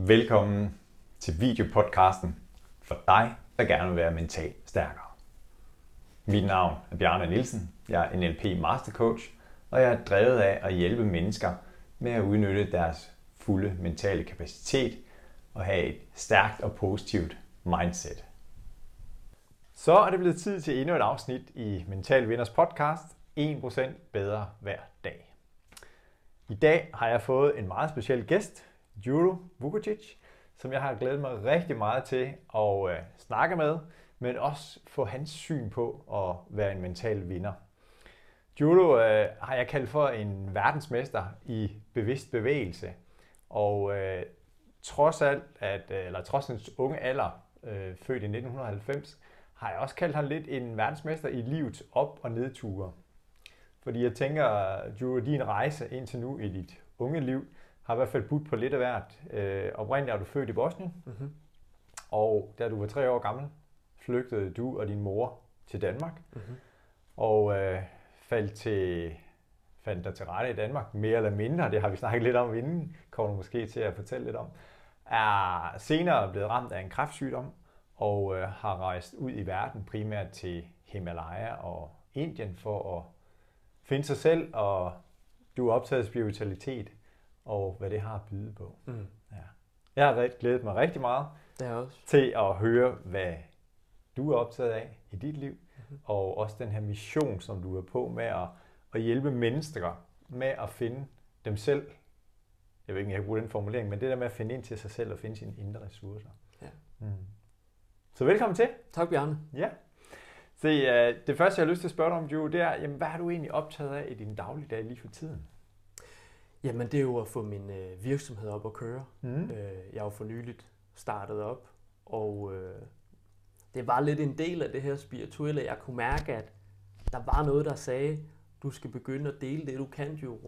Velkommen til videopodcasten for dig, der gerne vil være mentalt stærkere. Mit navn er Bjarne Nielsen. Jeg er NLP Mastercoach, og jeg er drevet af at hjælpe mennesker med at udnytte deres fulde mentale kapacitet og have et stærkt og positivt mindset. Så er det blevet tid til endnu et afsnit i Mental Vinders podcast, 1% bedre hver dag. I dag har jeg fået en meget speciel gæst, Đuro Vukotić, som jeg har glædet mig rigtig meget til at snakke med, men også få hans syn på at være en mental vinder. Đuro har jeg kaldt for en verdensmester i bevidst bevægelse, og trods hans unge alder, født i 1990, har jeg også kaldt ham lidt en verdensmester i livets op- og nedture. Fordi jeg tænker, Đuro, din rejse indtil nu i dit unge liv har i hvert fald budt på lidt af hvert. Oprindeligt er du født i Bosnien, og da du var 3 år gammel, flygtede du og din mor til Danmark, og faldt dig til rette i Danmark, mere eller mindre, det har vi snakket lidt om inden, kommer du måske til at fortælle lidt om, er senere blevet ramt af en kræftsygdom, og har rejst ud i verden, primært til Himalaya og Indien, for at finde sig selv, og du er optaget spiritualitet, og hvad det har at byde på. Ja. Jeg har glædet mig rigtig meget til at høre, hvad du er optaget af i dit liv, og også den her mission, som du er på med at hjælpe mennesker med at finde dem selv. Jeg ved ikke, om jeg kan bruge den formulering, men det der med at finde ind til sig selv og finde sine indre ressourcer. Ja. Så velkommen til. Tak, Bjarne. Ja. Så det første, jeg har lyst til at spørge dig om, Đuro, det er, jamen, hvad er du egentlig optaget af i din dagligdag lige for tiden? Jamen, det er jo at få min virksomhed op at køre. Jeg har jo for nyligt startet op, og det var lidt en del af det her spirituelle. Jeg kunne mærke, at der var noget, der sagde, du skal begynde at dele det, du kan, Đuro.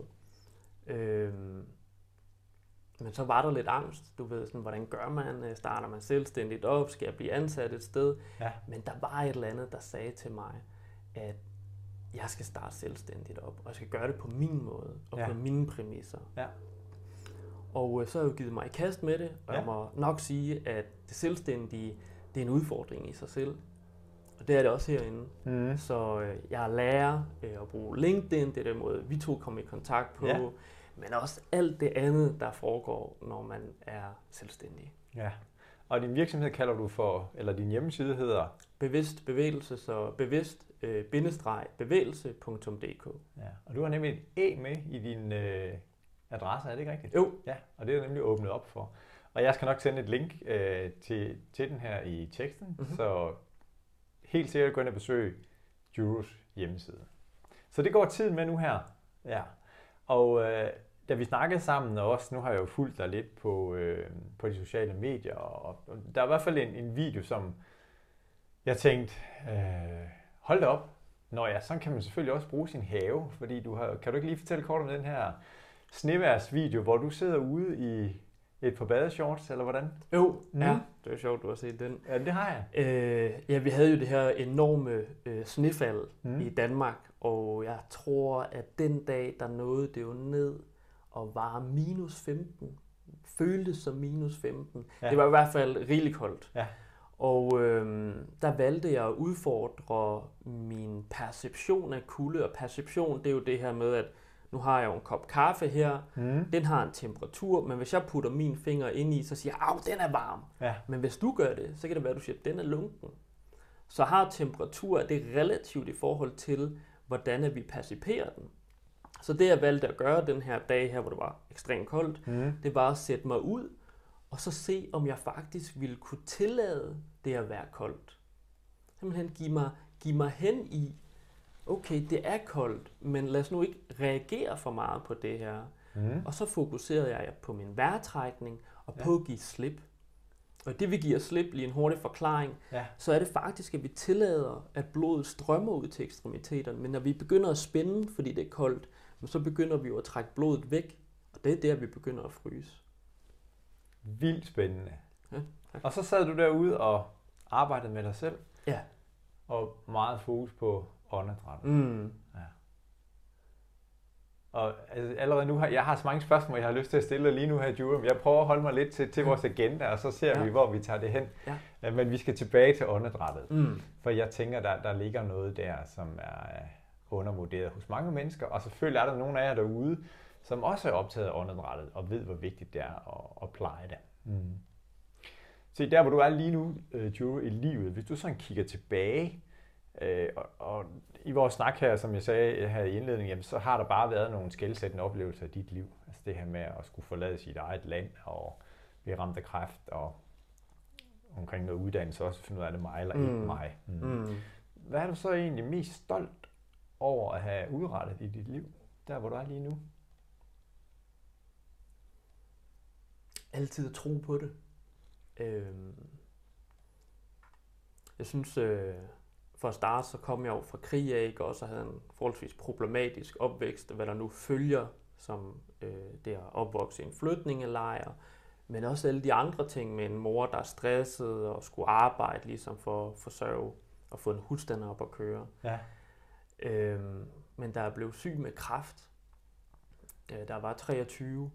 Men så var der lidt angst. Du ved, sådan, hvordan gør man? Starter man selvstændigt op? Skal jeg blive ansat et sted? Ja. Men der var et eller andet, der sagde til mig, at jeg skal starte selvstændigt op, og jeg skal gøre det på min måde, og på mine præmisser. Ja. Og så har jeg jo givet mig i kast med det, og jeg må nok sige, at det selvstændige, det er en udfordring i sig selv. Og det er det også herinde. Så jeg lærer at bruge LinkedIn, det er den måde, vi to kommer i kontakt på, men også alt det andet, der foregår, når man er selvstændig. Ja. Og din virksomhed kalder du for, eller din hjemmeside hedder? Bevidst bevægelse, så bevidst-bevægelse.dk. Ja. Og du har nemlig et E med i din adresse, er det ikke rigtigt? Jo. Ja, og det er nemlig åbnet op for. Og jeg skal nok sende et link til den her i teksten, så helt sikkert gå ind og besøge Đuros hjemmeside. Så det går tiden med nu her. Ja. Og da vi snakkede sammen, og også nu har jeg jo fulgt dig lidt på de sociale medier, og der er i hvert fald en video, som jeg tænkte, hold da op. Nå ja, sådan kan man selvfølgelig også bruge sin have, fordi kan du ikke lige fortælle kort om den her sneværsvideo, hvor du sidder ude i et par badeshorts, eller hvordan? Jo, ja, det er sjovt, du har set den. Ja, det har jeg. Ja, vi havde jo det her enorme snefald i Danmark, og jeg tror, at den dag, der nåede det jo ned og var -15, føltes som -15. Ja. Det var i hvert fald rigeligt koldt. Ja. Og der valgte jeg at udfordre min perception af kulde, og perception, det er jo det her med, at nu har jeg jo en kop kaffe her, den har en temperatur, men hvis jeg putter min finger ind i, så siger jeg, au, den er varm. Ja. Men hvis du gør det, så kan det være, at du siger, at den er lunken. Så har temperatur, det er relativt i forhold til, hvordan vi perciperer den. Så det jeg valgte at gøre den her dag her, hvor det var ekstremt koldt, det var at sætte mig ud, og så se, om jeg faktisk ville kunne tillade det at være koldt. Simpelthen give mig hen i, okay, det er koldt, men lad os nu ikke reagere for meget på det her. Og så fokuserede jeg på min vejrtrækning og på at give slip. Og det vi giver slip, lige en hurtig forklaring, så er det faktisk, at vi tillader, at blodet strømmer ud til ekstremiteterne. Men når vi begynder at spænde, fordi det er koldt, så begynder vi jo at trække blodet væk, og det er der, vi begynder at fryse. Vildt spændende. Ja, og så sad du derude og arbejdede med dig selv. Ja. Og meget fokus på åndedrættet. Ja. Og altså, allerede nu jeg har så mange spørgsmål, jeg har lyst til at stille lige nu her, Jure. Jeg prøver at holde mig lidt til vores agenda, og så ser vi, hvor vi tager det hen. Ja. Men vi skal tilbage til åndedrættet. For jeg tænker, der ligger noget der, som er undervurderet hos mange mennesker. Og selvfølgelig er der nogle af jer derude, som også er optaget af åndedrættet, og ved, hvor vigtigt det er at pleje det. Se, der hvor du er lige nu, Jure, i livet, hvis du sådan kigger tilbage, og i vores snak her, som jeg sagde her i indledningen, jamen, så har der bare været nogle skelsættende oplevelser i dit liv. Altså det her med at skulle forlade sit eget land og blive ramt af kræft og omkring noget uddannelse også, finde ud af det mig eller ikke mig. Hvad er du så egentlig mest stolt over at have udrettet i dit liv, der hvor du er lige nu? Altid at tro på det. Jeg synes, for at starte, så kom jeg jo fra krig af, ikke? Også havde en forholdsvis problematisk opvækst, hvad der nu følger, som det at opvokse i en flygtningelejr, men også alle de andre ting med en mor, der er stresset og skulle arbejde ligesom for at forsørge og få en husstand op at køre. Ja. Men da jeg blev syg med kræft, der var 23,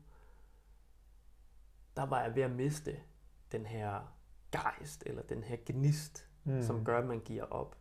der var jeg ved at miste den her gejst, eller den her gnist, som gør, at man giver op.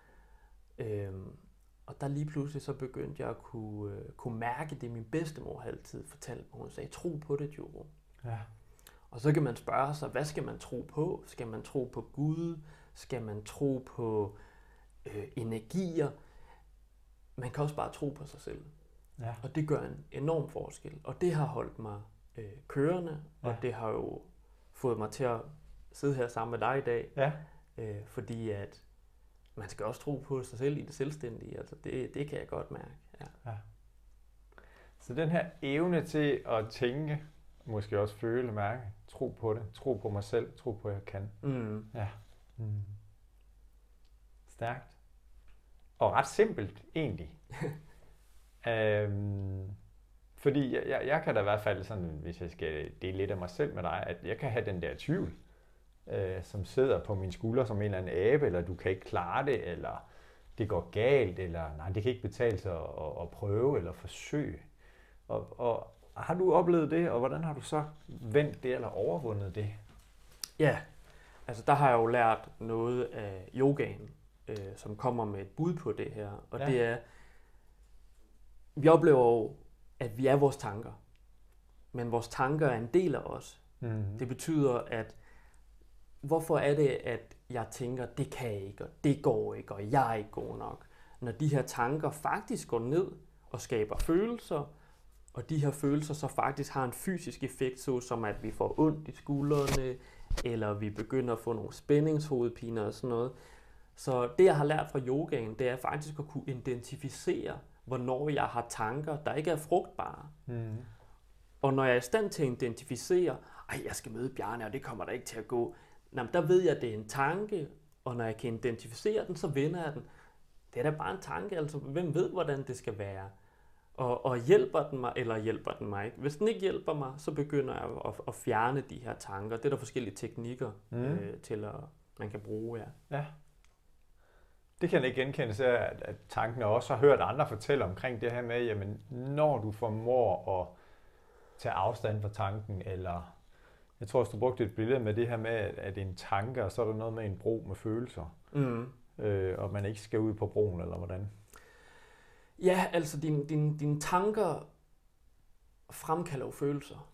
Og der lige pludselig så begyndte jeg at kunne mærke det, min bedstemor altid fortalte mig. Hun sagde, tro på det, Jure. Ja. Og så kan man spørge sig, hvad skal man tro på? Skal man tro på Gud? Skal man tro på energier? Man kan også bare tro på sig selv. Ja. Og det gør en enorm forskel. Og det har holdt mig kørende, og det har jo fået mig til at sidde her sammen med dig i dag. Ja. Fordi at man skal også tro på sig selv i det selvstændige. Altså det kan jeg godt mærke. Ja. Ja. Så den her evne til at tænke, måske også føle, mærke, tro på det, tro på mig selv, tro på, at jeg kan. Ja. Stærkt. Og ret simpelt, egentlig. Fordi jeg kan da i hvert fald sådan, hvis jeg skal dele lidt af mig selv med dig, at jeg kan have den der tvivl, som sidder på mine skuldre som en eller anden abe, eller du kan ikke klare det, eller det går galt, eller nej, det kan ikke betale sig at prøve eller forsøge. Og har du oplevet det, og hvordan har du så vendt det eller overvundet det? Ja, altså der har jeg jo lært noget af yogaen, som kommer med et bud på det her, og det er, vi oplever jo, at vi er vores tanker, men vores tanker er en del af os. Det betyder, at hvorfor er det, at jeg tænker, det kan jeg ikke, og det går ikke, og jeg er ikke god nok, når de her tanker faktisk går ned og skaber følelser, og de her følelser så faktisk har en fysisk effekt, såsom at vi får ondt i skuldrene, eller vi begynder at få nogle spændingshovedpiner og sådan noget. Så det, jeg har lært fra yogaen, det er faktisk at kunne identificere, hvornår jeg har tanker, der ikke er frugtbare. Og når jeg er i stand til at identificere, jeg skal møde Bjarne, og det kommer der ikke til at gå, der ved jeg, at det er en tanke, og når jeg kan identificere den, så vender jeg den. Det er da bare en tanke, altså hvem ved, hvordan det skal være? Og hjælper den mig, eller hjælper den mig ikke? Hvis den ikke hjælper mig, så begynder jeg at fjerne de her tanker. Det er der forskellige teknikker til, at man kan bruge. Ja. Det kan jeg ikke genkende til, at tanken også har hørt andre fortælle omkring det her med, jamen, når du formår at tage afstand fra tanken, eller jeg tror også, du brugte et billede med det her med, at en tanke, og så er der noget med en bro med følelser, og man ikke skal ud på broen, eller hvordan? Ja, altså dine tanker fremkalder jo følelser.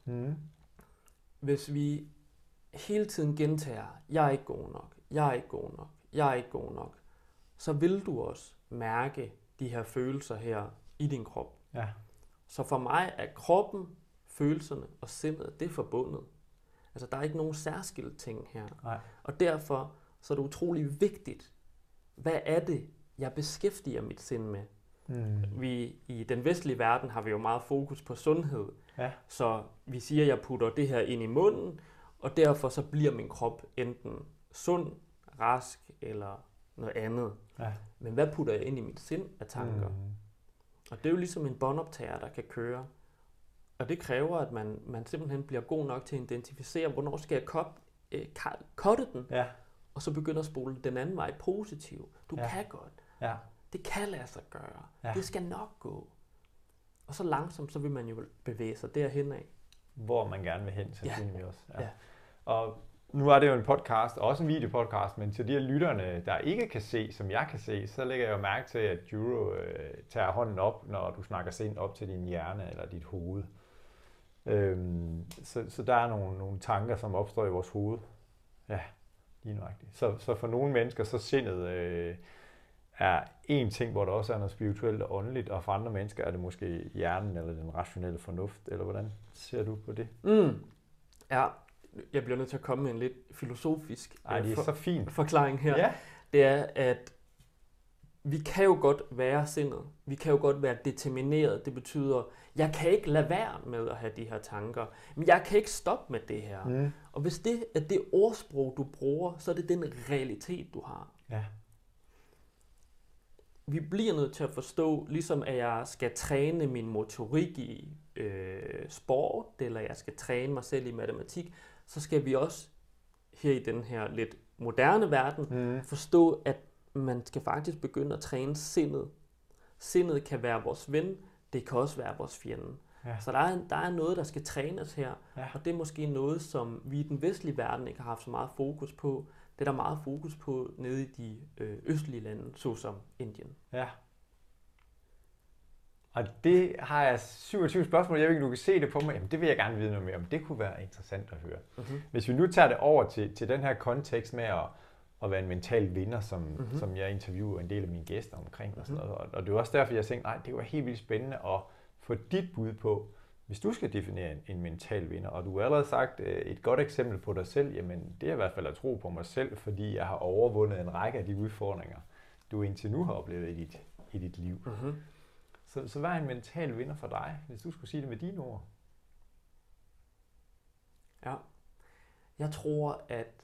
Hvis vi hele tiden gentager, jeg er ikke god nok, jeg er ikke god nok, jeg er ikke god nok, så vil du også mærke de her følelser her i din krop. Ja. Så for mig er kroppen, følelserne og sindet, det er forbundet. Altså der er ikke nogen særskilte ting her. Nej. Og derfor så er det utrolig vigtigt, hvad er det, jeg beskæftiger mit sind med? Vi i den vestlige verden har vi jo meget fokus på sundhed. Ja. Så vi siger, at jeg putter det her ind i munden, og derfor så bliver min krop enten sund, rask eller noget andet. Ja. Men hvad putter jeg ind i mit sind af tanker? Og det er jo ligesom en båndoptager, der kan køre. Og det kræver, at man simpelthen bliver god nok til at identificere, hvornår skal jeg cutte den, og så begynder at spole den anden vej positiv. Du kan godt. Ja. Det kan lade sig gøre. Ja. Det skal nok gå. Og så langsomt, så vil man jo bevæge sig derhen af. Hvor man gerne vil hen, sandsynligvis også. Ja. Og nu er det jo en podcast, også en videopodcast, men til de her lytterne, der ikke kan se, som jeg kan se, så lægger jeg jo mærke til, at Juro tager hånden op, når du snakker sent op til din hjerne eller dit hoved. Så der er nogle tanker, som opstår i vores hoved. Ja, lige nøjagtigt. Så for nogle mennesker, så sindet er en ting, hvor der også er noget spirituelt og åndeligt, og for andre mennesker er det måske hjernen eller den rationelle fornuft, eller hvordan ser du på det? Ja, jeg bliver nødt til at komme med en lidt filosofisk så fint. forklaring her. Ja. Det er, at vi kan jo godt være sindet. Vi kan jo godt være determineret. Det betyder, jeg kan ikke lade være med at have de her tanker. Men jeg kan ikke stoppe med det her. Og hvis det er det ordsprog, du bruger, så er det den realitet, du har. Ja. Vi bliver nødt til at forstå, ligesom at jeg skal træne min motorik i sport, eller jeg skal træne mig selv i matematik, så skal vi også her i den her lidt moderne verden forstå, at man skal faktisk begynde at træne sindet. Sindet kan være vores ven, det kan også være vores fjende. Ja. Så der er noget, der skal trænes her, og det er måske noget, som vi i den vestlige verden ikke har haft så meget fokus på. Det er der meget fokus på nede i de østlige lande, såsom Indien. Ja. Og det har jeg 27 spørgsmål. Jeg ved ikke, du kan se det på mig. Jamen, det vil jeg gerne vide noget mere om. Det kunne være interessant at høre. Hvis vi nu tager det over til den her kontekst med at være en mental vinder, som jeg interviewer en del af mine gæster omkring. Og, sådan noget. Og det er også derfor, jeg tænkte, nej, det var helt vildt spændende at få dit bud på, hvis du skal definere en mental vinder, og du har allerede sagt et godt eksempel på dig selv, jamen det er i hvert fald at tro på mig selv, fordi jeg har overvundet en række af de udfordringer, du indtil nu har oplevet i dit liv. Så hvad er en mental vinder for dig, hvis du skulle sige det med dine ord? Ja, jeg tror,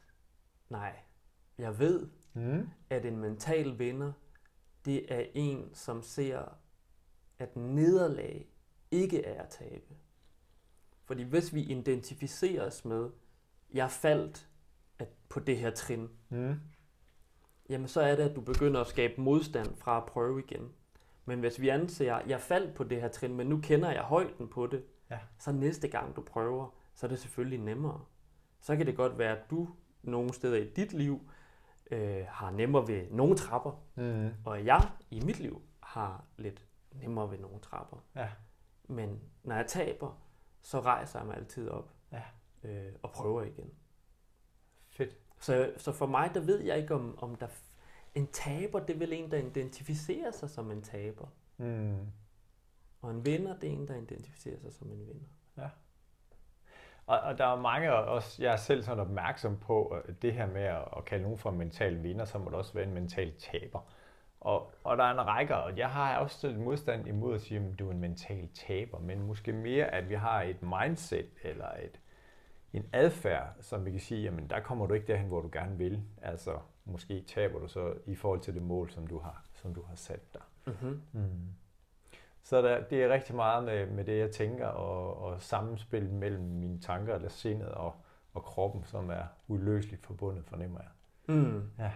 jeg ved, at en mental vinder, det er en, som ser, at nederlag ikke er at tabe. Fordi hvis vi identificerer os med, jeg faldt på det her trin, jamen så er det, at du begynder at skabe modstand fra at prøve igen. Men hvis vi anser, jeg faldt på det her trin, men nu kender jeg højden på det, så næste gang du prøver, så er det selvfølgelig nemmere. Så kan det godt være, at du nogle steder i dit liv har nemmere ved nogle trapper, og jeg i mit liv har lidt nemmere ved nogle trapper. Ja. Men når jeg taber, så rejser jeg mig altid op og prøver igen. Fedt. Så for mig, der ved jeg ikke, om der en taber, det er vel en, der identificerer sig som en taber. Og en vinder, det er en, der identificerer sig som en vinder. Ja. Og der er mange, også jeg er selv sådan opmærksom på, det her med at kalde nogen for en mental vinder, så må det også være en mental taber. Og der er en række, og jeg har også stillet modstand imod at sige, at du er en mental taber, men måske mere, at vi har et mindset eller en adfærd, som vi kan sige, jamen der kommer du ikke derhen, hvor du gerne vil. Altså måske taber du så i forhold til det mål, som du har sat dig. Så det er rigtig meget med det, jeg tænker, og sammenspil mellem mine tanker eller sindet og kroppen, som er uløseligt forbundet, fornemmer jeg. Ja.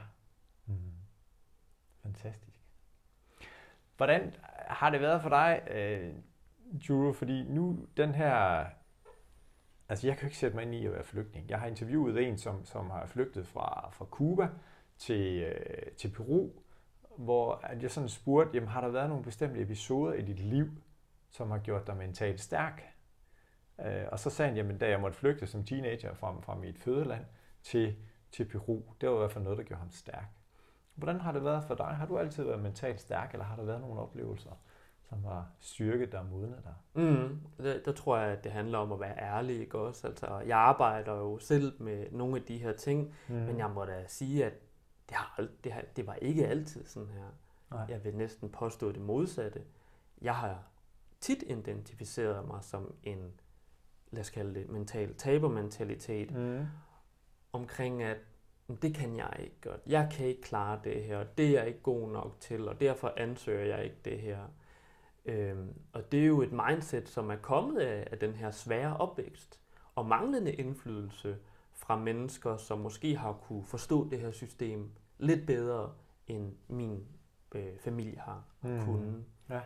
Fantastisk. Hvordan har det været for dig, Juro? Fordi nu den her... Altså jeg kan jo ikke sætte mig ind i at være flygtning. Jeg har interviewet en, som har flygtet fra Cuba til Peru, hvor jeg sådan spurgte, jamen har der været nogle bestemte episoder i dit liv, som har gjort dig mentalt stærk? Og så sagde han, jamen da jeg måtte flygte som teenager fra mit fødeland til Peru, det var i hvert fald noget, der gjorde ham stærk. Hvordan har det været for dig? Har du altid været mentalt stærk, eller har der været nogle oplevelser, som har styrket dig og modnet dig? Der tror jeg, at det handler om at være ærlig, ikke også? Altså, jeg arbejder jo selv med nogle af de her ting, men jeg må da sige, at det var ikke altid sådan her. Nej. Jeg vil næsten påstå det modsatte. Jeg har tit identificeret mig som en, lad os kalde det, mental tabermentalitet, omkring at det kan jeg ikke godt. Jeg kan ikke klare det her. Det er jeg ikke god nok til, og derfor ansøger jeg ikke det her. Og det er jo et mindset, som er kommet af den her svære opvækst og manglende indflydelse fra mennesker, som måske har kunne forstå det her system lidt bedre, end min familie har kunnet. Ja.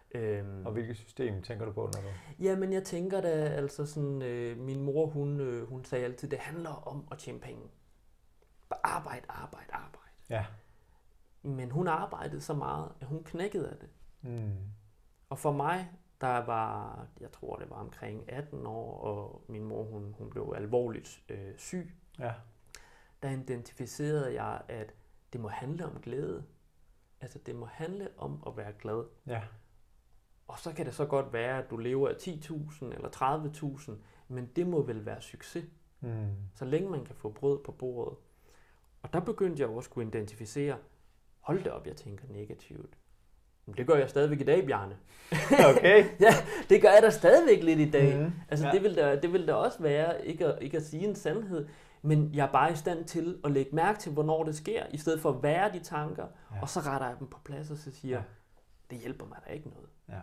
Og hvilket system tænker du på, når du... Jamen, jeg tænker da, altså sådan, min mor, hun sagde altid, det handler om at tjene penge. Bare arbejde. Ja. Men hun arbejdede så meget, at hun knækkede af det. Mm. Og for mig, der var, jeg tror det var omkring 18 år, og min mor, hun blev alvorligt syg. Ja. Der identificerede jeg, at det må handle om glæde. Altså, det må handle om at være glad. Ja. Og så kan det så godt være, at du lever af 10.000 eller 30.000, men det må vel være succes. Mm. Så længe man kan få brød på bordet. Og der begyndte jeg også at kunne identificere, hold det op, jeg tænker negativt. Men det gør jeg stadigvæk i dag, Bjarne. Okay. Ja, det gør jeg da stadigvæk lidt i dag. Mm. Altså, Ja. det vil da også være, ikke at sige en sandhed, men jeg er bare i stand til at lægge mærke til, hvornår det sker, i stedet for at være de tanker, og så retter jeg dem på plads, og så siger jeg, det hjælper mig da ikke noget. Ja.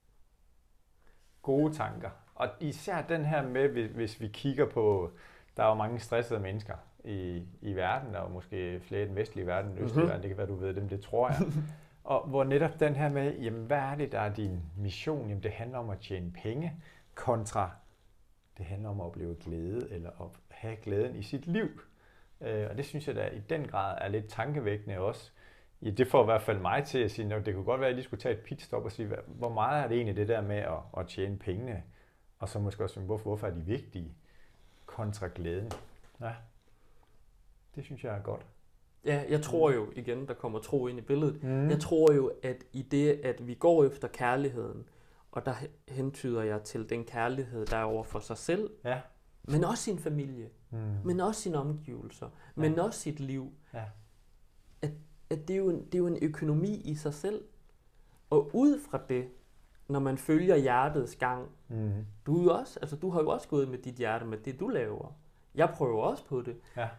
Gode tanker. Og især den her med, hvis vi kigger på, der er jo mange stressede mennesker i verden, og måske flere i den vestlige verden, den østlige verden, det kan være, du ved dem, det tror jeg. Og hvor netop den her med, jamen hvad er det, der er din mission? Jamen det handler om at tjene penge, kontra det handler om at opleve glæde, eller at have glæden i sit liv. Og det synes jeg da i den grad er lidt tankevækkende også. Ja, det får i hvert fald mig til at sige, at det kunne godt være, at jeg lige skulle tage et pitstop og sige, hvor meget er det egentlig det der med at tjene pengene, og så måske også, hvorfor er de vigtige, kontra glæden. Ja, det synes jeg er godt. Ja, jeg tror jo, igen, der kommer tro ind i billedet, jeg tror jo, at i det, at vi går efter kærligheden, og der hentyder jeg til den kærlighed, der er over for sig selv, men også sin familie, men også sine omgivelser, men også sit liv. Ja. At det er jo en økonomi i sig selv. Og ud fra det, når man følger hjertets gang, du har jo også gået med dit hjerte med det, du laver. Jeg prøver også på det. Ja.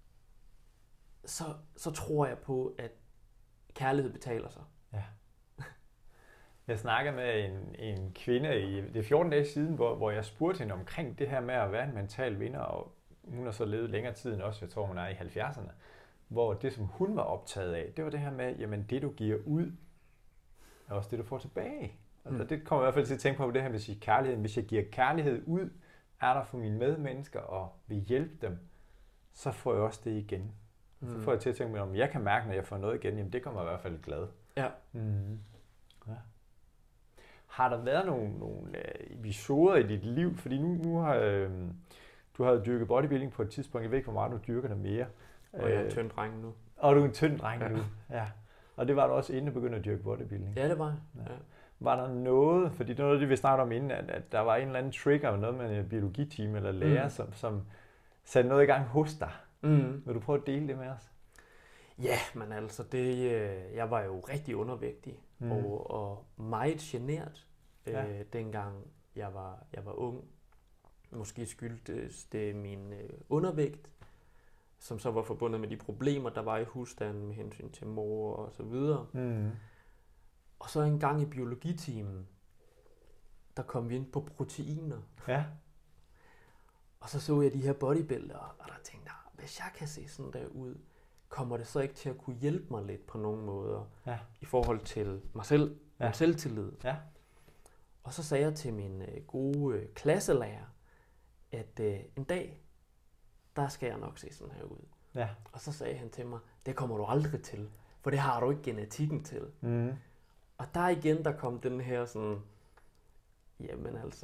Så tror jeg på, at kærlighed betaler sig. Ja. Jeg snakkede med en kvinde, det er 14 dage siden, hvor jeg spurgte hende omkring det her med at være en mental vinder, og hun har så levet længere tid end os, jeg tror hun er i 70'erne, hvor det som hun var optaget af, det var det her med, jamen det du giver ud, er også det du får tilbage. Altså, det kommer i hvert fald til at tænke på det her med at sige kærlighed. Hvis jeg giver kærlighed ud, er der for mine medmennesker og vil hjælpe dem, så får jeg også det igen. Så får jeg til at tænke mig, om jeg kan mærke, når jeg får noget igen, jamen det kommer i hvert fald glad. Ja. Ja. Har der været nogle episoder i dit liv, fordi nu har du har dyrket bodybuilding på et tidspunkt, jeg ved ikke, hvor meget du dyrker det mere. Og jeg er en tynd dreng nu. Og du er en tynd dreng nu, ja. Og det var du også inden du begyndte at dyrke bodybuilding. Ja, det var ja. Var der noget, fordi noget af det, vi snakkede om inden, at der var en eller anden trigger, noget med en biologiteam eller lærer, som satte noget i gang hos dig. Vil du prøve at dele det med os? Ja, men altså, jeg var jo rigtig undervægtig og meget genert, dengang jeg var ung. Måske skyldtes det min undervægt, som så var forbundet med de problemer, der var i husstanden med hensyn til mor og så videre. Og så en gang i biologitimen, der kom vi ind på proteiner. Ja. Og så jeg de her bodybuildere, og der tænkte jeg, hvis jeg kan se sådan der ud, kommer det så ikke til at kunne hjælpe mig lidt på nogle måder i forhold til mig selv, min selvtillid. Ja. Og så sagde jeg til min gode klasselærer, at en dag, der skal jeg nok se sådan her ud. Ja. Og så sagde han til mig, det kommer du aldrig til, for det har du ikke genetikken til. Og der igen, der kom den her sådan, jamen altså,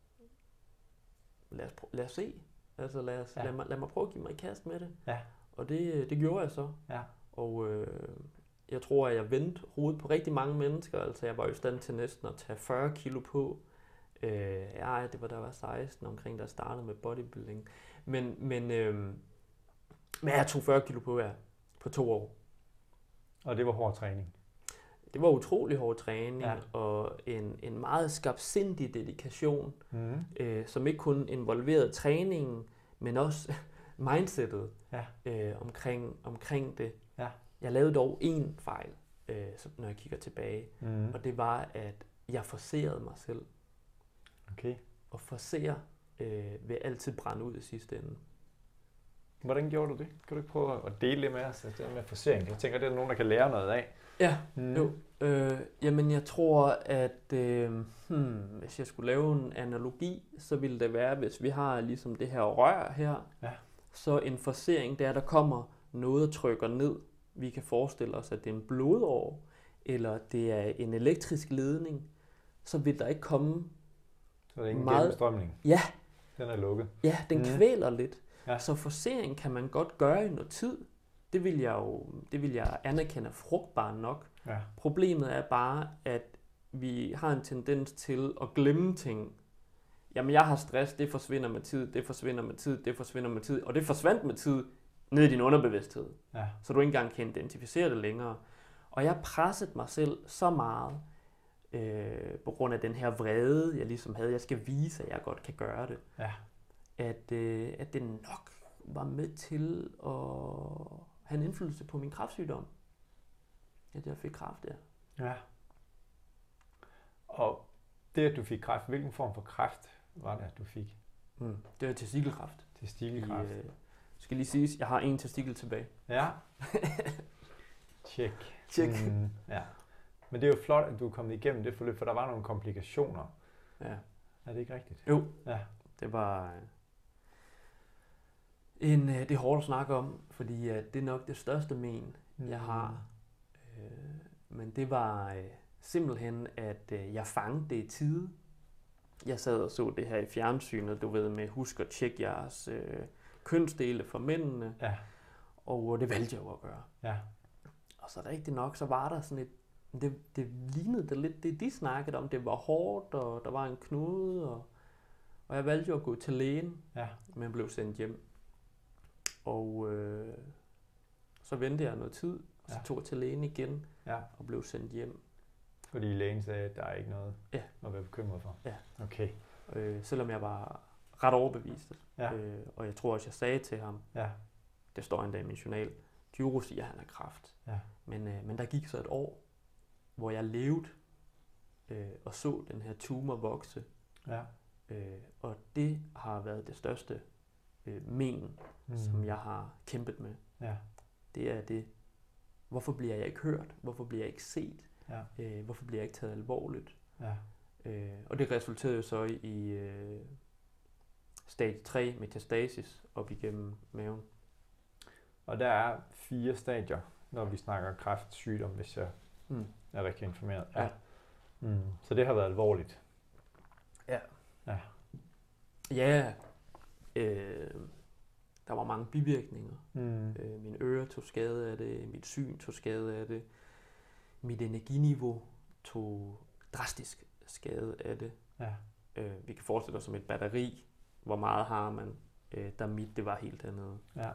lad os se. Altså lad mig prøve at give mig i kast med det. Ja. Og det gjorde jeg så. Ja. Og jeg tror, at jeg vendte hovedet på rigtig mange mennesker. Altså jeg var jo i stand til næsten at tage 40 kilo på. Det var da jeg var 16 omkring, der startede med bodybuilding. Men jeg tog 40 kilo på 2 år. Og det var hård træning? Det var utrolig hård træning, og en meget skarpsindig dedikation, som ikke kun involverede træningen, men også mindsetet omkring det. Ja. Jeg lavede dog én fejl, når jeg kigger tilbage, og det var, at jeg forcerede mig selv. Okay. Og forcere vil altid brænde ud i sidste ende. Hvordan gjorde du det? Kan du ikke prøve at dele det med os, det med forcering? Jeg tænker, det er nogen, der kan lære noget af. Ja, jo. Jamen jeg tror, at hvis jeg skulle lave en analogi, så ville det være, hvis vi har ligesom det her rør her, så en forcering, der kommer noget og trykker ned. Vi kan forestille os, at det er en blodåre, eller det er en elektrisk ledning, så vil der ikke komme så er ingen gennemstrømning. Ja. Den er lukket. Ja, den kvæler lidt. Ja. Så forcering kan man godt gøre i noget tid. Det vil jeg anerkende frugtbart nok. Ja. Problemet er bare, at vi har en tendens til at glemme ting. Jamen, jeg har stress, det forsvinder med tid, det forsvinder med tid, det forsvinder med tid, og det forsvandt med tid ned i din underbevidsthed. Ja. Så du ikke engang kan identificere det længere. Og jeg pressede mig selv så meget, på grund af den her vrede, jeg ligesom havde. Jeg skal vise, at jeg godt kan gøre det. Ja. At det nok var med til at have en indflydelse på min kræftsygdom. At jeg fik kræft, ja. Og det, at du fik kræft, hvilken form for kræft var det, at du fik? Det var testikelkræft. Testikelkræft. Skal lige siges, jeg har en testikel tilbage. Ja. Tjek. Ja. Men det er jo flot, at du er kommet igennem det forløb, for der var nogle komplikationer. Ja. Er det ikke rigtigt? Jo. Ja. Det var det er hårdt at snakke om, fordi det er nok det største men, jeg har. Men det var simpelthen, at jeg fangede det i tide. Jeg sad og så det her i fjernsynet, du ved, med husk at tjekke jeres kønsdele for mændene. Ja. Og det valgte jeg jo at gøre. Ja. Og så rigtig nok, så var der sådan et, det lignede det lidt, det de snakkede om. Det var hårdt, og der var en knude, og jeg valgte jo at gå til lægen, men blev sendt hjem. Og så ventede jeg noget tid, og så tog jeg til lægen igen, og blev sendt hjem. Fordi lægen sagde, at der er ikke noget at være bekymret for? Ja. Okay. Selvom jeg var ret overbevist. Ja. Og jeg tror også, jeg sagde til ham, det står endda i min journal, Gyro siger, at han har kræft. Ja. Men der gik så et år, hvor jeg levede og så den her tumor vokse. Ja. Og det har været det største men, som jeg har kæmpet med. Ja. Det er det. Hvorfor bliver jeg ikke hørt? Hvorfor bliver jeg ikke set? Ja. Hvorfor bliver jeg ikke taget alvorligt? Ja. Og det resulterede jo så i stage 3 metastasis op igennem maven. Og der er 4 stadier, når vi snakker kræftsygdom, hvis jeg er rigtig informeret. Ja. Så det har været alvorligt. Ja. Ja. Ja. Der var mange bivirkninger. Mine ører tog skade af det, mit syn tog skade af det, mit energiniveau tog drastisk skade af det. Ja. Vi kan forestille os som et batteri, hvor meget har man, der mit det var helt dernede. Ja.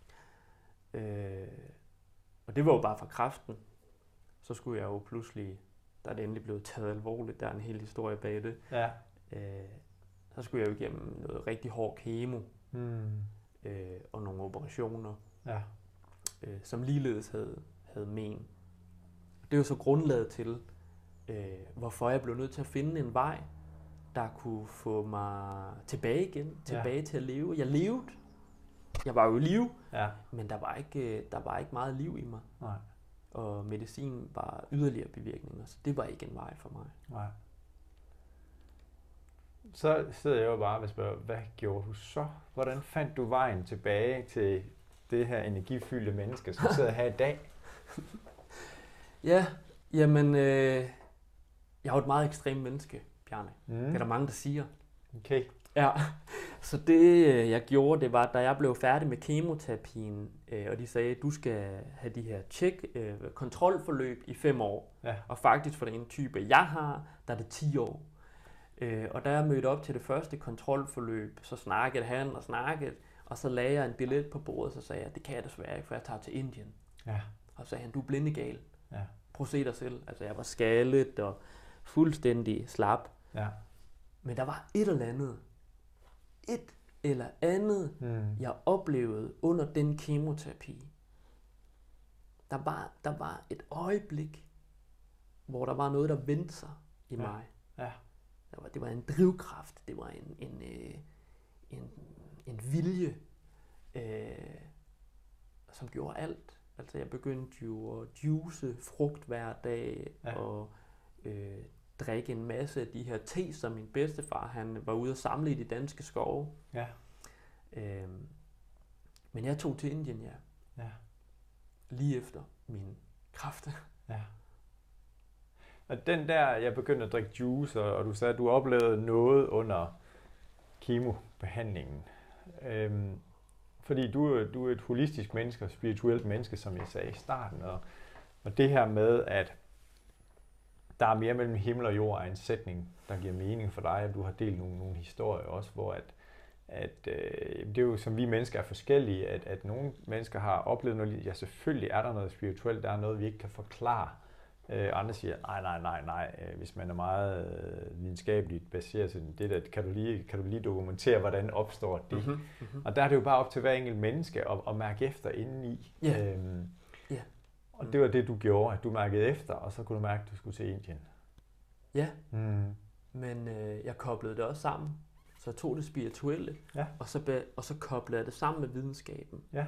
Og det var jo bare fra kræften. Så skulle jeg jo pludselig, der er det endelig blevet taget alvorligt, der er en hel historie bag det. Ja. Så skulle jeg jo igennem noget rigtig hård kemo og nogle operationer, som ligeledes havde men. Det er jo så grundlaget til, hvorfor jeg blev nødt til at finde en vej, der kunne få mig tilbage igen, tilbage til at leve. Jeg levede. Jeg var jo i live, men der var ikke meget liv i mig. Nej. Og medicin var yderligere bivirkninger, så det var ikke en vej for mig. Nej. Så sidder jeg jo bare og spørger, hvad gjorde du så? Hvordan fandt du vejen tilbage til det her energifyldte menneske, som sidder her i dag? Ja, jamen, jeg er jo et meget ekstremt menneske, Bjarne. Det er der mange, der siger. Okay. Ja, så det jeg gjorde, det var, da jeg blev færdig med kemoterapien, og de sagde, at du skal have de her kontrolforløb i 5 år. Ja. Og faktisk for den type, jeg har, der er det 10 år. Og da jeg mødte op til det første kontrolforløb, så snakkede han, og så lagde jeg en billet på bordet, så sagde jeg, det kan jeg desværre ikke, for jeg tager til Indien. Ja. Og så sagde han, du er blindegal. Ja. Prøv at se dig selv. Altså jeg var skaldet og fuldstændig slap. Ja. Men der var et eller andet, jeg oplevede under den kemoterapi. Der var et øjeblik, hvor der var noget, der vendte sig i mig. Ja. Det var en drivkraft, det var en vilje, som gjorde alt. Altså jeg begyndte jo at juice frugt hver dag, og drikke en masse af de her te, som min bedstefar han var ude at samle i de danske skove. Ja. Men jeg tog til Indien, Ja. Lige efter min kræft. Ja. Og den der, jeg begyndte at drikke juice, og du sagde, at du oplevede noget under kemobehandlingen. Fordi du er et holistisk menneske og spirituelt menneske, som jeg sagde i starten. Og det her med, at der er mere mellem himmel og jord, er en sætning, der giver mening for dig, og du har delt nogle historier også, hvor det er jo, som vi mennesker er forskellige, at nogle mennesker har oplevet noget, ja selvfølgelig er der noget spirituelt, der er noget, vi ikke kan forklare. Andre siger, nej, hvis man er meget videnskabeligt baseret sådan det der, kan du lige dokumentere, hvordan opstår det. Mm-hmm. Og der er det jo bare op til hver enkelt menneske at mærke efter indeni. Og det var det, du gjorde, at du mærkede efter, og så kunne du mærke, at du skulle til Indien. Ja, men jeg koblede det også sammen. Så jeg tog det spirituelle, og så koblede jeg det sammen med videnskaben. Ja.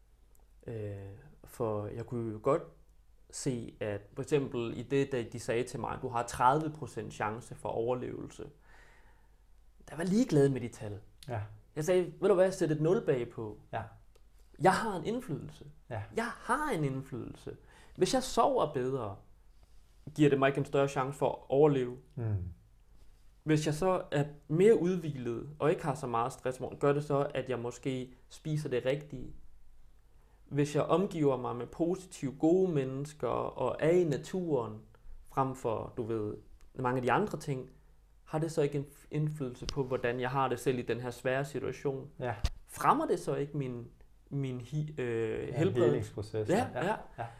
For jeg kunne jo godt se, at for eksempel i det, da de sagde til mig, at du har 30% chance for overlevelse. Der var ligeglad med de tal. Ja. Jeg sagde, ved du hvad, jeg sætter et 0 bag på. Ja. Jeg har en indflydelse. Ja. Jeg har en indflydelse. Hvis jeg sover bedre, giver det mig ikke en større chance for at overleve. Hvis jeg så er mere udhvilet og ikke har så meget stress, gør det så, at jeg måske spiser det rigtige. Hvis jeg omgiver mig med positive, gode mennesker og er i naturen, frem for, du ved, mange af de andre ting, har det så ikke en indflydelse på, hvordan jeg har det selv i den her svære situation? Ja. Fremmer det så ikke min helbredelsesproces? Ja.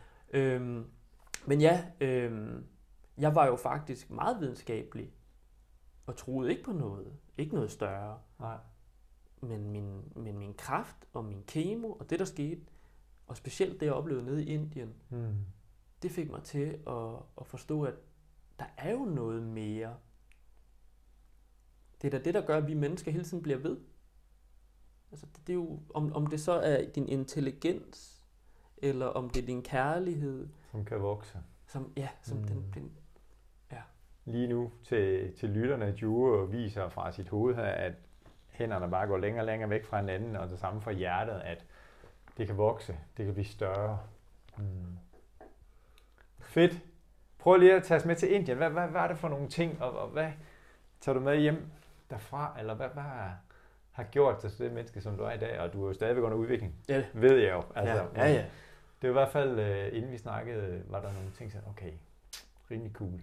Men jeg var jo faktisk meget videnskabelig og troede ikke på noget. Ikke noget større. Nej. Men min kræft og min kemo og det, der skete, og specielt det, jeg oplevede nede i Indien, det fik mig til at forstå, at der er jo noget mere. Det er da det, der gør, at vi mennesker hele tiden bliver ved. Altså, det er jo, om det så er din intelligens, eller om det er din kærlighed. Som kan vokse. Den. Lige nu til lytterne, Jure viser fra sit hoved her, at hænderne bare går længere og længere væk fra hinanden, og det samme fra hjertet, at det kan vokse, det kan blive større. Fedt. Prøv lige at tage os med til Indien. Hvad er det for nogle ting, og hvad tager du med hjem derfra, eller hvad har gjort dig til det menneske, som du er i dag, og du er jo stadigvæk under udvikling, ved jeg jo. Altså, ja. Det er i hvert fald, inden vi snakkede, var der nogle ting, som okay, rimelig cool.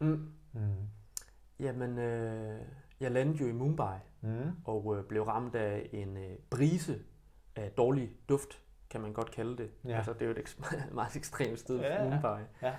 Jamen, jeg landede jo i Mumbai, og blev ramt af en brise af dårlig duft, kan man godt kalde det. Ja. Altså, det er jo et meget ekstremt sted for Mumbai. Ja.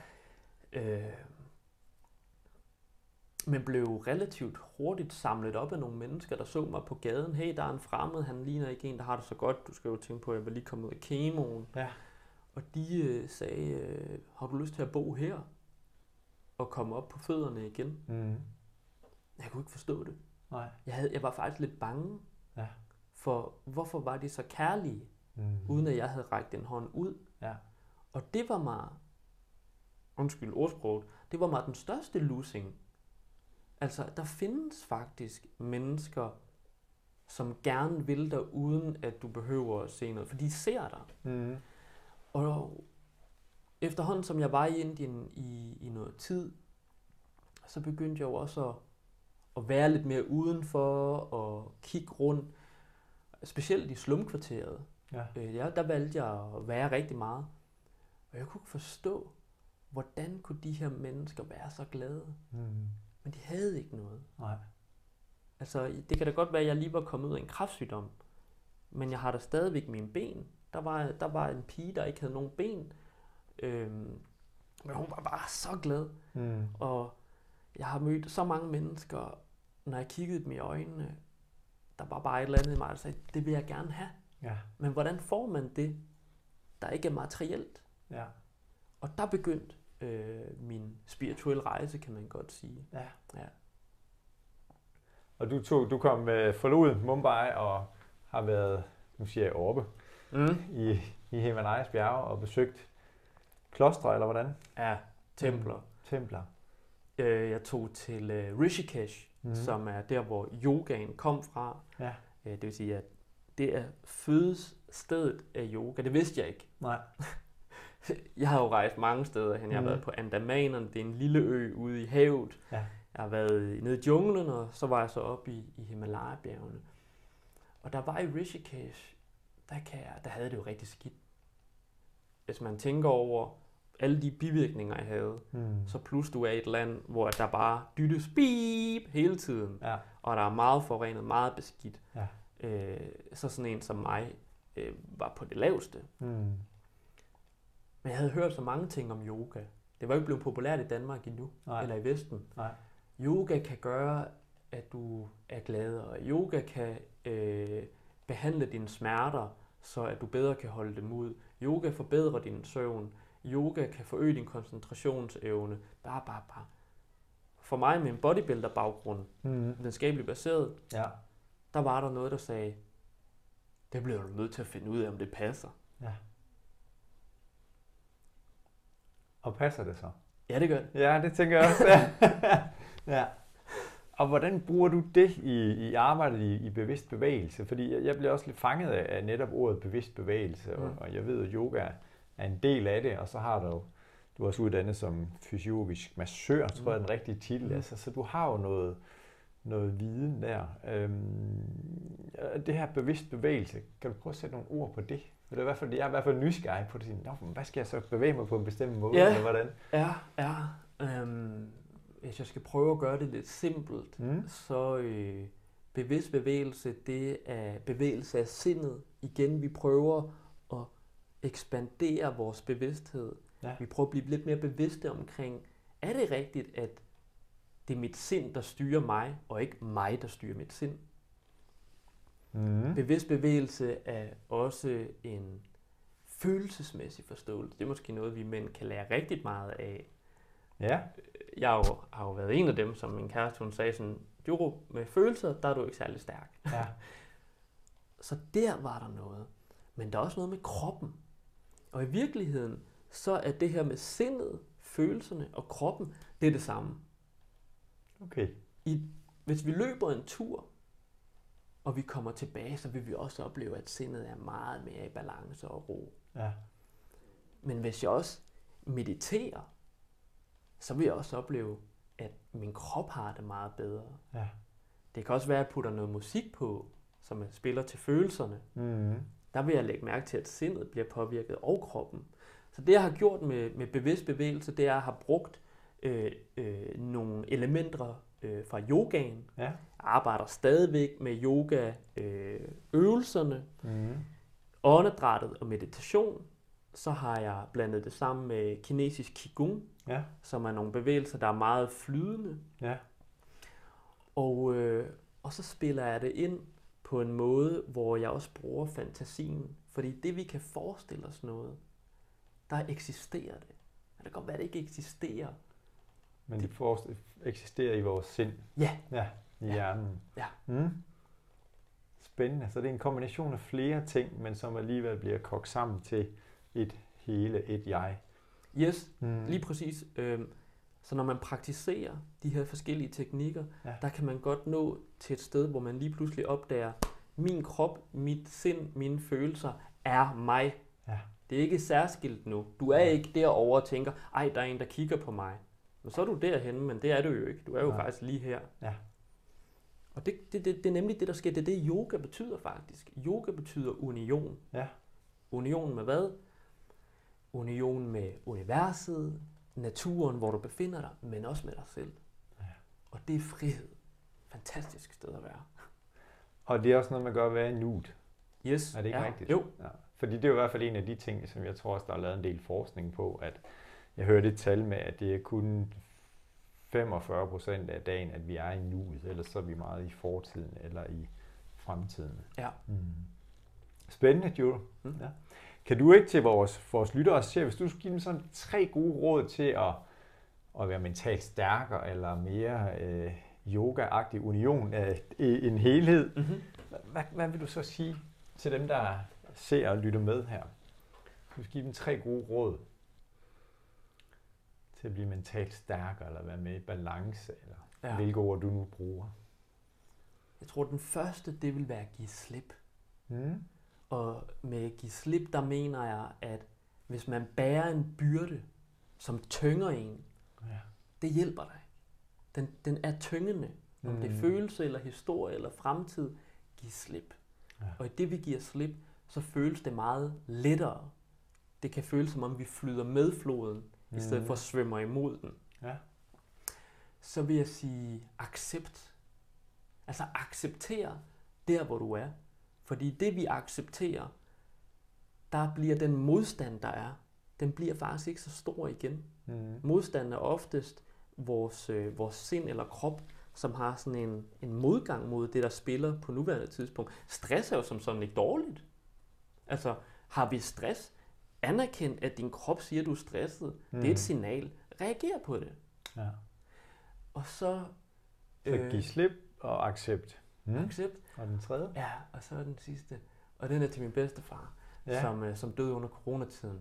Men blev relativt hurtigt samlet op af nogle mennesker, der så mig på gaden. Hey, der er en fremmed, han ligner ikke en, der har det så godt. Du skal jo tænke på, at jeg var lige kommet ud af kemoen. Ja. Og de sagde, har du lyst til at bo her? Og komme op på fødderne igen. Jeg kunne ikke forstå det. Nej. Jeg var faktisk lidt bange. Ja. For hvorfor var de så kærlige, uden at jeg havde rækket en hånd ud? Ja. Og det var mig, undskyld ordsproget, det var mig den største losing. Altså, der findes faktisk mennesker, som gerne vil dig, uden at du behøver at se noget, for de ser dig. Og efterhånden, som jeg var i Indien i noget tid, så begyndte jeg jo også at være lidt mere udenfor og kigge rundt, specielt i slumkvarteret. Ja. Der valgte jeg at være rigtig meget. Og jeg kunne ikke forstå, hvordan kunne de her mennesker være så glade. Men de havde ikke noget. Nej. Altså, det kan da godt være, at jeg lige var kommet ud af en kræftsygdom, men jeg har da stadigvæk mine ben. Der var en pige, der ikke havde nogen ben, men hun var bare så glad. Og jeg har mødt så mange mennesker, når jeg kiggede dem i øjnene, der var bare et eller andet i mig, der sagde, det vil jeg gerne have. Ja. Men hvordan får man det, der ikke er materielt? Ja. Og der begyndte min spirituelle rejse, kan man godt sige. Ja. Og du forlod Mumbai og har været, nu siger jeg oppe, i Himalayas bjerge og besøgt klostre, eller hvordan? Ja, templer. Templer. Jeg tog til Rishikesh, som er der, hvor yogaen kom fra. Ja. Det vil sige, at det er fødestedet af yoga. Det vidste jeg ikke. Nej. Jeg har jo rejst mange steder hen. Jeg har været på Andamanerne, det er en lille ø ude i havet. Ja. Jeg har været nede i junglen, og så var jeg så oppe i Himalaya-bjergene. Og der var i Rishikesh, der havde det jo rigtig skidt. Hvis man tænker over alle de bivirkninger, jeg havde, så plus du er i et land, hvor der bare dyttes bip hele tiden, og der er meget forurenet, meget beskidt. Ja. Så sådan en som mig var på det laveste. Men jeg havde hørt så mange ting om yoga. Det var ikke blevet populært i Danmark endnu, eller i Vesten. Nej. Yoga kan gøre, at du er gladere. Yoga kan behandle dine smerter, så at du bedre kan holde dem ud. Yoga forbedrer din søvn. Yoga kan forøge din koncentrationsevne. Bare. For mig med en bodybuilder-baggrund, videnskabeligt baseret, der var der noget, der sagde, det bliver du nødt til at finde ud af, om det passer. Ja. Og passer det så? Ja, det gør det. Ja, det tænker jeg også. Ja. Og hvordan bruger du det i arbejdet i bevidst bevægelse? Fordi jeg bliver også lidt fanget af netop ordet bevidst bevægelse, og jeg ved, at yoga er en del af det, og så har du er også uddannet som fysiologisk massør, tror jeg er den rigtige titel. Altså, så du har jo noget viden der. Det her bevidst bevægelse, kan du prøve at sætte nogle ord på det? Jeg er i hvert fald nysgerrig på det. Hvad skal jeg så bevæge mig på en bestemt måde, eller hvordan? Hvis jeg skal prøve at gøre det lidt simpelt, så bevidst bevægelse, det er bevægelse af sindet. Igen, vi prøver at ekspandere vores bevidsthed. Ja. Vi prøver at blive lidt mere bevidste omkring, er det rigtigt, at det er mit sind, der styrer mig, og ikke mig, der styrer mit sind? Bevidst bevægelse er også en følelsesmæssig forståelse. Det er måske noget, vi mænd kan lære rigtig meget af. Ja. Jeg har jo været en af dem, som min kæreste, hun sagde sådan, Juro, med følelser, der er du ikke særlig stærk. Ja. Så der var der noget. Men der er også noget med kroppen. Og i virkeligheden, så er det her med sindet, følelserne og kroppen, det er det samme. Okay. Hvis vi løber en tur, og vi kommer tilbage, så vil vi også opleve, at sindet er meget mere i balance og ro. Ja. Men hvis jeg også mediterer, så vil jeg også opleve, at min krop har det meget bedre. Ja. Det kan også være, at jeg putter noget musik på, som jeg spiller til følelserne. Der vil jeg lægge mærke til, at sindet bliver påvirket, og kroppen. Så det, jeg har gjort med bevidst bevægelse, det er, at jeg har brugt nogle elementer fra yogaen. Ja. Jeg arbejder stadigvæk med yoga-øvelserne, åndedrættet og meditation. Så har jeg blandet det sammen med kinesisk qigong, som er nogle bevægelser, der er meget flydende. Ja. Og så spiller jeg det ind på en måde, hvor jeg også bruger fantasien. Fordi det, vi kan forestille os noget, der eksisterer det. Men det kan godt være, det ikke eksisterer. Men det eksisterer i vores sind. Ja. Ja, i hjernen. Ja. Spændende. Så det er en kombination af flere ting, men som alligevel bliver kogt sammen til et hele, et jeg. Yes, lige præcis. Så når man praktiserer de her forskellige teknikker, der kan man godt nå til et sted, hvor man lige pludselig opdager, min krop, mit sind, mine følelser er mig. Ja. Det er ikke særskilt nu. Du er ikke derovre og tænker, ej, der er en, der kigger på mig. Men så er du derhenne, men det er du jo ikke. Du er jo faktisk lige her. Ja. Og det er nemlig det, der sker. Det er det, yoga betyder faktisk. Yoga betyder union. Ja. Union med hvad? Union med universet, naturen, hvor du befinder dig, men også med dig selv. Ja. Og det er frihed. Fantastisk sted at være. Og det er også noget, man gør at være i nuet. Yes. Er det ikke rigtigt? Jo. Ja. Fordi det er jo i hvert fald en af de ting, som jeg tror også, der er lavet en del forskning på, at jeg hørte et tal med, at det er kun 45% af dagen, at vi er i nuet, ellers så er vi meget i fortiden eller i fremtiden. Ja. Spændende, Juro. Ja. Kan du ikke til vores lyttere sige, hvis du skulle give dem sådan 3 gode råd til at være mentalt stærkere eller mere yoga-agtig union af en helhed, hvad vil du så sige til dem, der ser og lytter med her? du skal give dem 3 gode råd til at blive mentalt stærkere, eller være med i balance, eller hvilke ord du nu bruger. Jeg tror, den første, det vil være at give slip. Og med at give slip, der mener jeg, at hvis man bærer en byrde, som tynger en, det hjælper dig ikke. Den er tyngende. Om det er følelse, eller historie, eller fremtid, giv slip. Ja. Og i det, vi giver slip, så føles det meget lettere. Det kan føles, som om vi flyder med floden, i stedet for at svømme imod den. Ja. Så vil jeg sige accept. Altså acceptere der, hvor du er. Fordi det, vi accepterer, der bliver den modstand, der er, den bliver faktisk ikke så stor igen. Modstand er oftest vores sind eller krop, som har sådan en modgang mod det, der spiller på nuværende tidspunkt. Stress er jo som sådan ikke dårligt. Altså, har vi stress? Anerkend, at din krop siger, at du er stresset. Det er et signal. Reager på det. Ja. Og så giv slip og accept. Accept. Og den tredje? Ja, og så den sidste. Og den er til min bedstefar, som døde under coronatiden.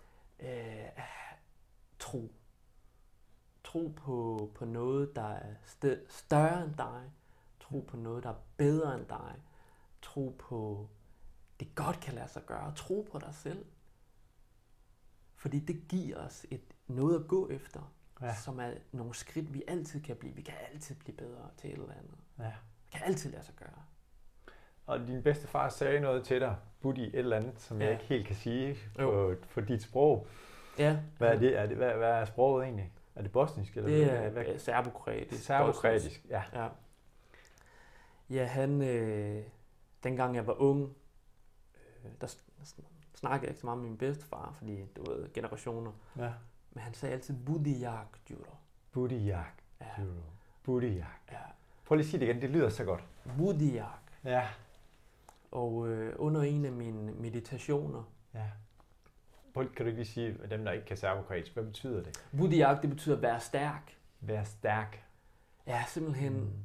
Tro. Tro på noget, der er større end dig. Tro på noget, der er bedre end dig. Tro på, det godt kan lade sig gøre. Tro på dig selv. Fordi det giver os noget at gå efter, som er nogle skridt, vi altid kan blive. Vi kan altid blive bedre til et eller andet. Ja. Det kan altid lade sig gøre. Og din bedstefar sagde noget til dig, Buddy, et eller andet, som jeg ikke helt kan sige på dit sprog. Ja. Hvad er det? Hvad er sproget egentlig? Er det bosnisk? Eller det er serbokroatisk. Serbokroatisk, ja. Ja, han, dengang jeg var ung, der snakkede jeg ikke så meget med min bedstefar, fordi det var generationer. Ja. Men han sagde altid, Budijak, Djuro. Budijak, Djuro. Budijak. Ja. Prøv lige at sige det igen, det lyder så godt. Budijak. Ja. Og under en af mine meditationer. Ja. Kan du ikke lige sige, dem der ikke kan serbokroatisk, hvad betyder det? Budijak, det betyder være stærk. Være stærk. Ja, simpelthen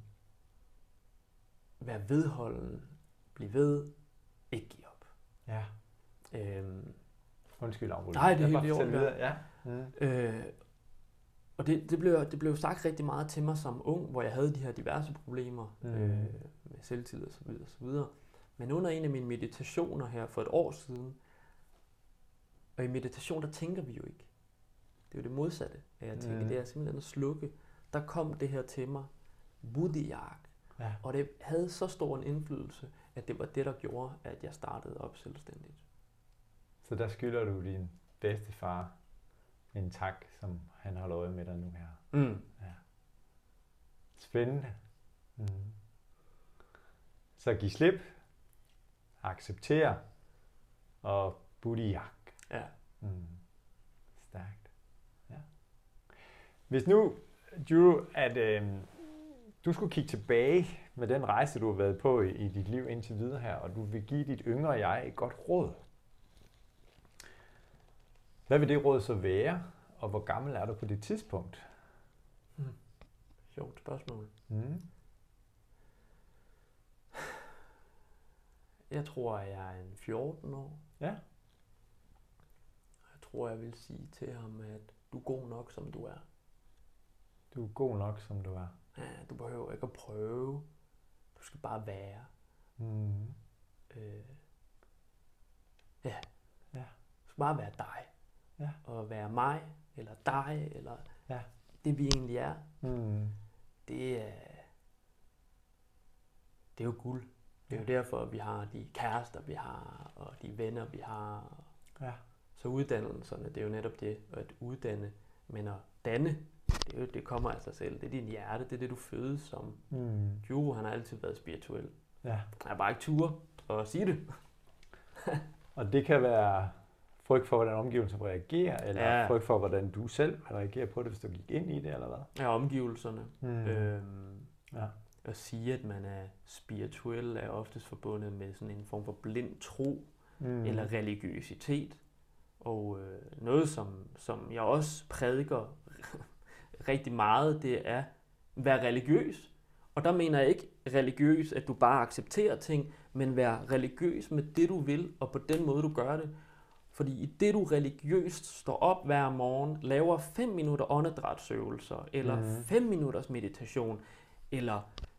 være vedholden. Bliv ved. Ikke give op. Ja. Undskyld afbrydelsen. Nej, det er helt i orden. Ja. Og det blev sagt rigtig meget til mig som ung, hvor jeg havde de her diverse problemer med selvtillid og så videre. Men under en af mine meditationer her for et år siden, og i meditation, der tænker vi jo ikke. Det er jo det modsatte af at tænke. Det er simpelthen at slukke. Der kom det her til mig, Budijak. Ja. Og det havde så stor en indflydelse, at det var det, der gjorde, at jeg startede op selvstændigt. Så der skylder du din bedstefar en tak, som han holder øje med dig nu her. Ja. Spændende. Så giv slip, acceptere og Budijak. Ja. Stærkt. Ja. Hvis nu, Djuro, at du skulle kigge tilbage med den rejse, du har været på i dit liv indtil videre her, og du vil give dit yngre jeg et godt råd. Hvad vil det råd så være, og hvor gammel er du på det tidspunkt? Sjovt spørgsmål. Jeg tror, jeg er en 14 år. Ja. Jeg tror, jeg vil sige til ham, at du er god nok, som du er. Du er god nok, som du er. Ja, du behøver ikke at prøve. Du skal bare være. Ja. Du skal bare være dig. Ja. Og være mig, eller dig, eller det vi egentlig er. Det er jo guld. Det er jo derfor, at vi har de kærester, vi har, og de venner, vi har. Ja. Så uddannelserne, det er jo netop det, at uddanne, men at danne, det kommer af sig selv. Det er din hjerte, det er det, du fødes som. Djuro, han har altid været spirituel. Ja. Jeg har bare ikke tur at sige det. Og det kan være frygt for, hvordan omgivelserne reagerer, eller frygt for, hvordan du selv reagerer på det, hvis du gik ind i det, eller hvad? Ja, omgivelserne. At sige, at man er spirituel, er oftest forbundet med sådan en form for blind tro, eller religiøsitet. Og noget, som jeg også prædiker rigtig meget, det er at være religiøs. Og der mener jeg ikke religiøs, at du bare accepterer ting, men være religiøs med det, du vil, og på den måde, du gør det. Fordi i det, du religiøst står op hver morgen, laver 5 minutter åndedrætsøvelser, eller 5 minutters meditation, eller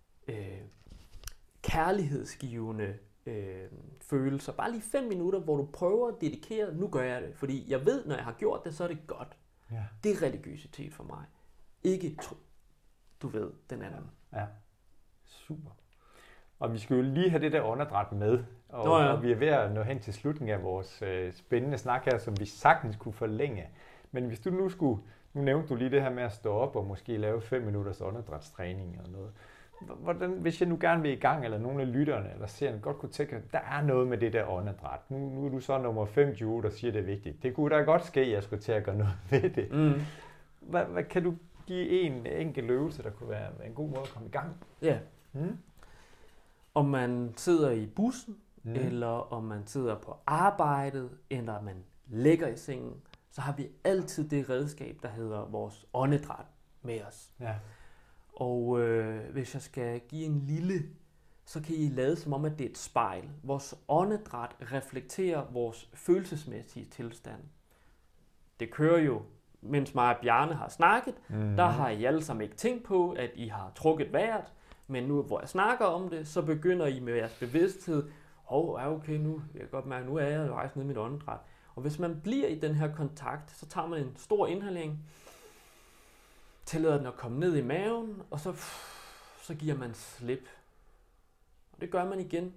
kærlighedsgivende følelser. Bare lige 5 minutter, hvor du prøver at dedikere, nu gør jeg det. Fordi jeg ved, når jeg har gjort det, så er det godt. Ja. Det er religiøsitet for mig. Ikke du ved, den anden. Ja, super. Og vi skal jo lige have det der åndedræt med. Og vi er ved at nå hen til slutningen af vores spændende snak her, som vi sagtens kunne forlænge. Men hvis du nu nævnte du lige det her med at stå op og måske lave 5 minutters åndedrætstræning eller noget. Hvis jeg nu gerne vil i gang, eller nogle af lytterne eller seerne godt kunne tænke, at der er noget med det der åndedræt. Nu er du så nummer 5, Joe, der siger, det er vigtigt. Det kunne da godt ske, at jeg skulle til at gøre noget ved det. Hvad kan du give en enkelt øvelse, der kunne være en god måde at komme i gang? Ja. Om man sidder i bussen, eller om man sidder på arbejdet, eller man ligger i sengen, så har vi altid det redskab, der hedder vores åndedræt med os. Ja. Og hvis jeg skal give en lille, så kan I lade som om, at det er et spejl. Vores åndedræt reflekterer vores følelsesmæssige tilstand. Det kører jo, mens mig og Bjarne har snakket, der har I alle sammen ikke tænkt på, at I har trukket vejret, men nu hvor jeg snakker om det, så begynder I med jeres bevidsthed, okay, nu jeg kan godt mærke, nu er jeg rejst ned i mit åndedræt. Og hvis man bliver i den her kontakt, så tager man en stor indhaling, tillader den at komme ned i maven, og så giver man slip. Og det gør man igen.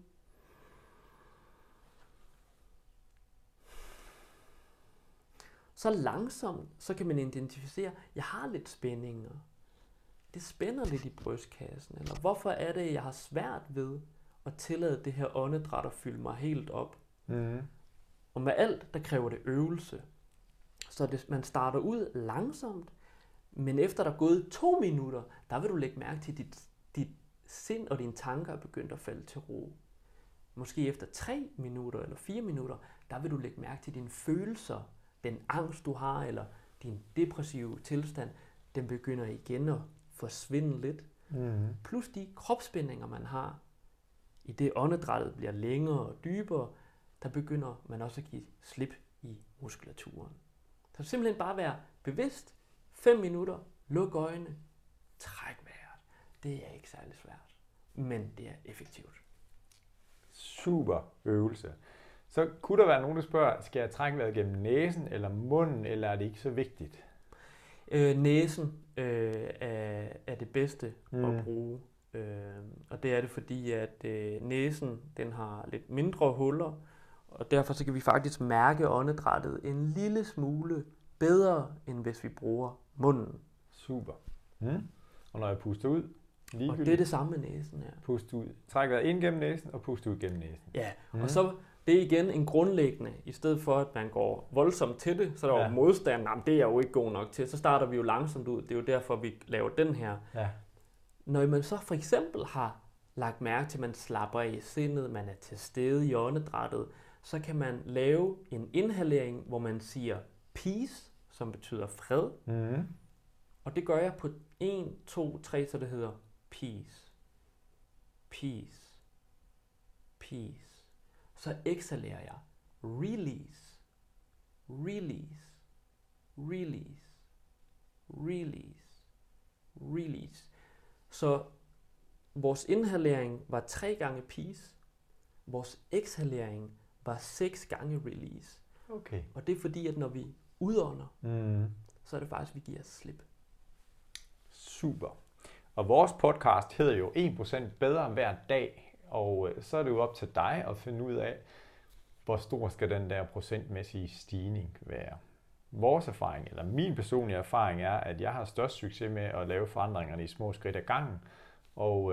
Så langsomt, så kan man identificere, jeg har lidt spændinger. Det spænder lidt i brystkassen. Eller hvorfor er det, jeg har svært ved at tillade det her åndedræt at fylde mig helt op? Og med alt, der kræver det øvelse. Så man starter ud langsomt, men efter der er gået 2 minutter, der vil du lægge mærke til, at dit sind og dine tanker er begyndt at falde til ro. Måske efter 3 minutter eller 4 minutter, der vil du lægge mærke til dine følelser, den angst du har, eller din depressive tilstand, den begynder igen at forsvinde lidt. Plus de kropsspændinger, man har, i det åndedrættet bliver længere og dybere, der begynder man også at give slip i muskulaturen. Så simpelthen bare være bevidst, 5 minutter, luk øjnene, træk vejret. Det er ikke særlig svært, men det er effektivt. Super øvelse. Så kunne der være nogen, der spørger, skal jeg trække vejret gennem næsen eller munden, eller er det ikke så vigtigt? Næsen er det bedste at bruge. Og det er det, fordi at næsen den har lidt mindre huller, og derfor så kan vi faktisk mærke åndedrættet en lille smule bedre, end hvis vi bruger munden. Super. Og når jeg puster ud, og det er det samme med næsen her. Pust ud. Træk vejret ind gennem næsen og pust ud gennem næsen. Ja, og så det er igen en grundlæggende, i stedet for at man går voldsomt til det, så er der jo modstand, det er jeg jo ikke god nok til, så starter vi jo langsomt ud, det er jo derfor, vi laver den her. Ja. Når man så for eksempel har lagt mærke til, at man slapper af i sindet, man er til stede i åndedrættet, så kan man lave en inhalering, hvor man siger peace, som betyder fred. Og det gør jeg på 1, 2, 3, så det hedder peace, peace, peace. Så exhalerer jeg release, release, release, release, release. Så vores inhalering var 3 gange peace, vores exhalering var 6 gange release. Okay. Og det er fordi, at når vi udånder, så er det faktisk, at vi giver slip. Super. Og vores podcast hedder jo 1% bedre hver dag, og så er det jo op til dig at finde ud af, hvor stor skal den der procentmæssige stigning være. Vores erfaring, eller min personlige erfaring, er, at jeg har størst succes med at lave forandringerne i små skridt ad gangen. Og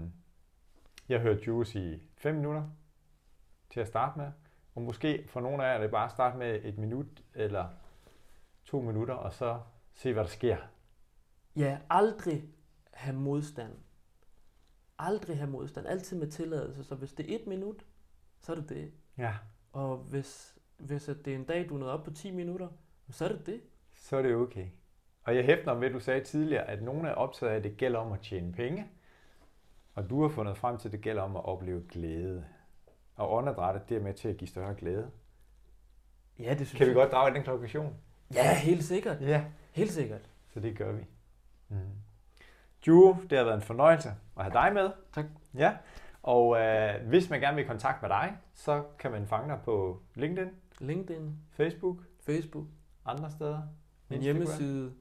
jeg hørte Joe sige 5 minutter til at starte med. Og måske for nogle af jer er det bare at starte med 1 minut eller 2 minutter, og så se, hvad der sker. Ja, aldrig have modstand. Aldrig have modstand. Altid med tilladelse. Så hvis det er 1 minut, så er det det. Ja. Og hvis det er en dag, du er nået op på 10 minutter, så er det det. Så er det okay. Og jeg hæfter med, at du sagde tidligere, at nogle er optaget af, at det gælder om at tjene penge. Og du har fundet frem til, at det gælder om at opleve glæde. Og åndedrættet, det er med til at give større glæde. Ja, det synes Kan vi jeg. godt drage den konklusion? Ja, helt sikkert. Ja. Helt sikkert. Så det gør vi. Juro, det har været en fornøjelse at have dig med. Tak. Ja. Og hvis man gerne vil i kontakt med dig, så kan man fange dig på LinkedIn, Facebook, andre steder. Min hjemmeside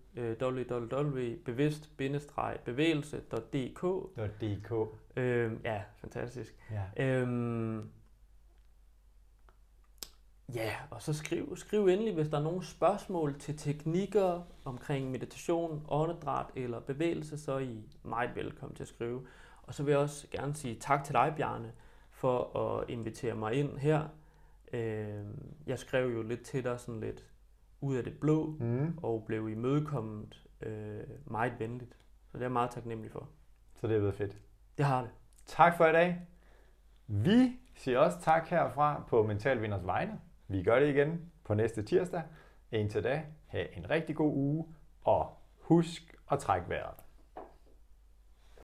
www.bevidst-bevægelse.dk. Ja, fantastisk. Ja. Ja, og så skriv endelig, hvis der er nogle spørgsmål til teknikker omkring meditation, åndedræt eller bevægelse, så er I meget velkommen til at skrive. Og så vil jeg også gerne sige tak til dig, Bjarne, for at invitere mig ind her. Jeg skrev jo lidt til dig, sådan lidt ud af det blå, og blev imødekommet meget venligt. Så det er jeg meget taknemmelig for. Så det har været fedt. Det har det. Tak for i dag. Vi siger også tak herfra på Mental Vinders vegne. Vi gør det igen på næste tirsdag. Indtil da, have en rigtig god uge, og husk at trække vejret.